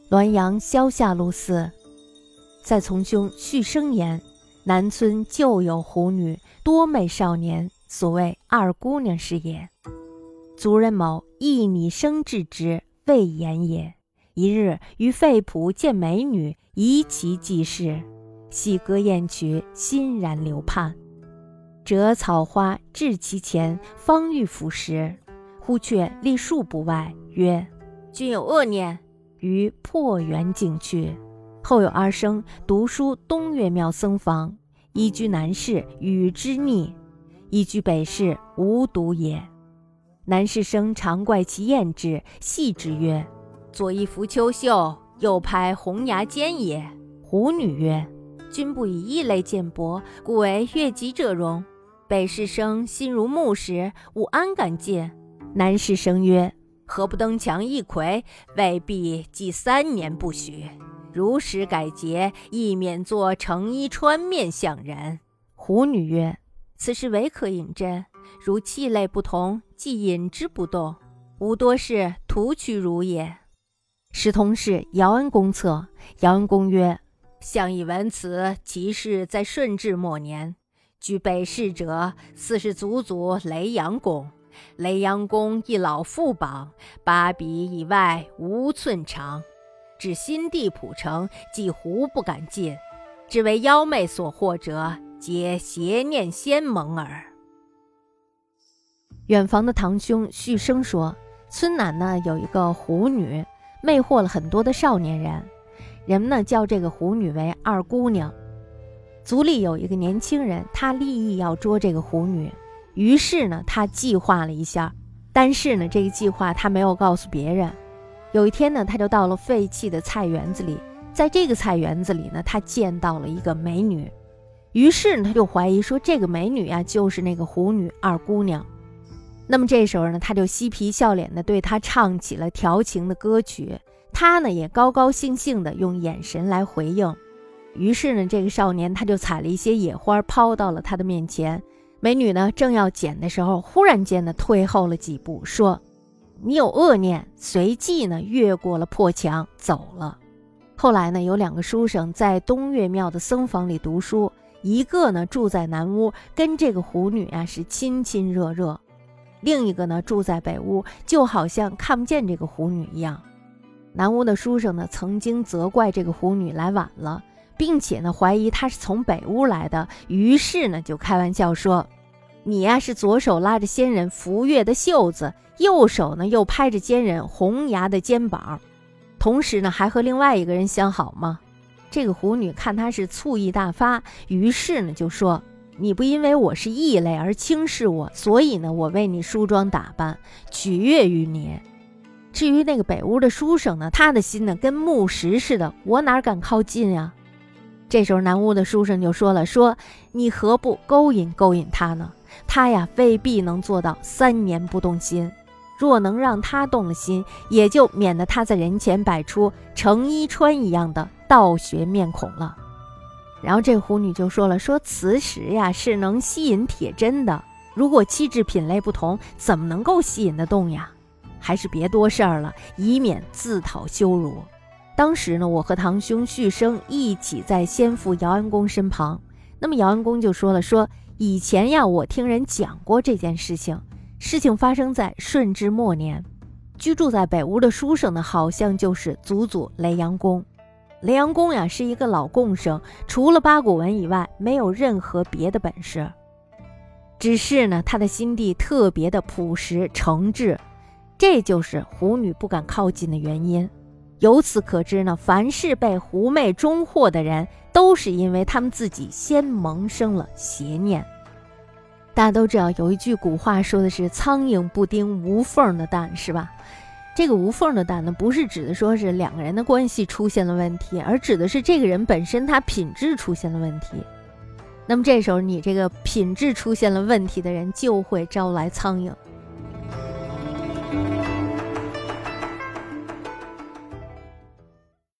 滦阳萧下路寺，再从兄续生言，南村旧有狐女，多媚少年，所谓二姑娘是也。族人某亦拟生置之，未言也。一日于废圃见美女，宜其济世，喜歌艳曲，欣然流盼。折草花至其前，方欲俯食，忽却立数步外，曰：君有恶念。于破园径去。后有二生读书东岳庙僧房，一居南室，与之逆；一居北室，无独也。南室生常怪其艳质，戏之曰：左一拂秋袖，右拍红牙尖也。狐女曰：君不以异类见薄，故为悦己者容。北室生心如木石，吾安敢见？南室生曰：何不登墙一簣，未必记3年不许。如实改节，亦免作成衣穿面相人。狐女曰：此事唯可引真，如气类不同，即引之不动，吾多是图取汝也。时同是姚安公侧，姚安公曰：相以闻此，其事在顺治末年。居北室者，似是祖祖雷阳公。雷阳公一老妇榜，8笔以外无寸长，至新地浦城，几乎不敢进，只为妖媚所惑者，皆邪念先蒙耳。远房的堂兄续生说，村南呢有一个狐女，魅惑了很多的少年人，人们呢叫这个狐女为二姑娘。族里有一个年轻人，他立意要捉这个狐女，于是呢他计划了一下，但是呢这个计划他没有告诉别人。有一天呢他就到了废弃的菜园子里，在这个菜园子里呢他见到了一个美女，于是呢他就怀疑说这个美女啊就是那个狐女二姑娘。那么这时候呢他就嬉皮笑脸的对她唱起了调情的歌曲，他呢也高高兴兴的用眼神来回应。于是呢这个少年他就采了一些野花抛到了他的面前，美女呢正要捡的时候，忽然间呢退后了几步，说你有恶念，随即呢越过了破墙走了。后来呢有2个书生在东岳庙的僧房里读书，一个呢住在南屋，跟这个狐女啊是亲亲热热，另一个呢住在北屋，就好像看不见这个狐女一样。南屋的书生呢曾经责怪这个狐女来晚了，并且呢怀疑她是从北屋来的，于是呢就开玩笑说，你呀是左手拉着仙人福月的袖子，右手呢又拍着奸人红牙的肩膀，同时呢还和另外一个人相好吗？这个狐女看他是醋意大发，于是呢就说，你不因为我是异类而轻视我，所以呢我为你梳妆打扮，取悦于你。至于那个北屋的书生呢，他的心呢跟木石似的，我哪敢靠近呀？这时候南屋的书生就说了，说你何不勾引勾引他呢？他呀未必能做到3年不动心，若能让他动了心，也就免得他在人前摆出程一川一样的道学面孔了。然后这狐女就说了，说磁石呀是能吸引铁针的，如果气质品类不同，怎么能够吸引得动呀？还是别多事儿了，以免自讨羞辱。当时呢我和堂兄续生一起在先父姚安公身旁，那么姚安公就说了，说以前呀我听人讲过这件事情，事情发生在顺治末年，居住在北屋的书生呢好像就是祖祖雷阳公。雷阳公呀是一个老贡生，除了八股文以外没有任何别的本事，只是呢他的心地特别的朴实诚挚，这就是狐女不敢靠近的原因。由此可知呢，凡是被狐媚中惑的人，都是因为他们自己先萌生了邪念。大家都知道有一句古话说的是苍蝇不叮无缝的蛋，是吧？这个无缝的蛋呢，不是指的说是2个人的关系出现了问题，而指的是这个人本身他品质出现了问题。那么这时候你这个品质出现了问题的人就会招来苍蝇，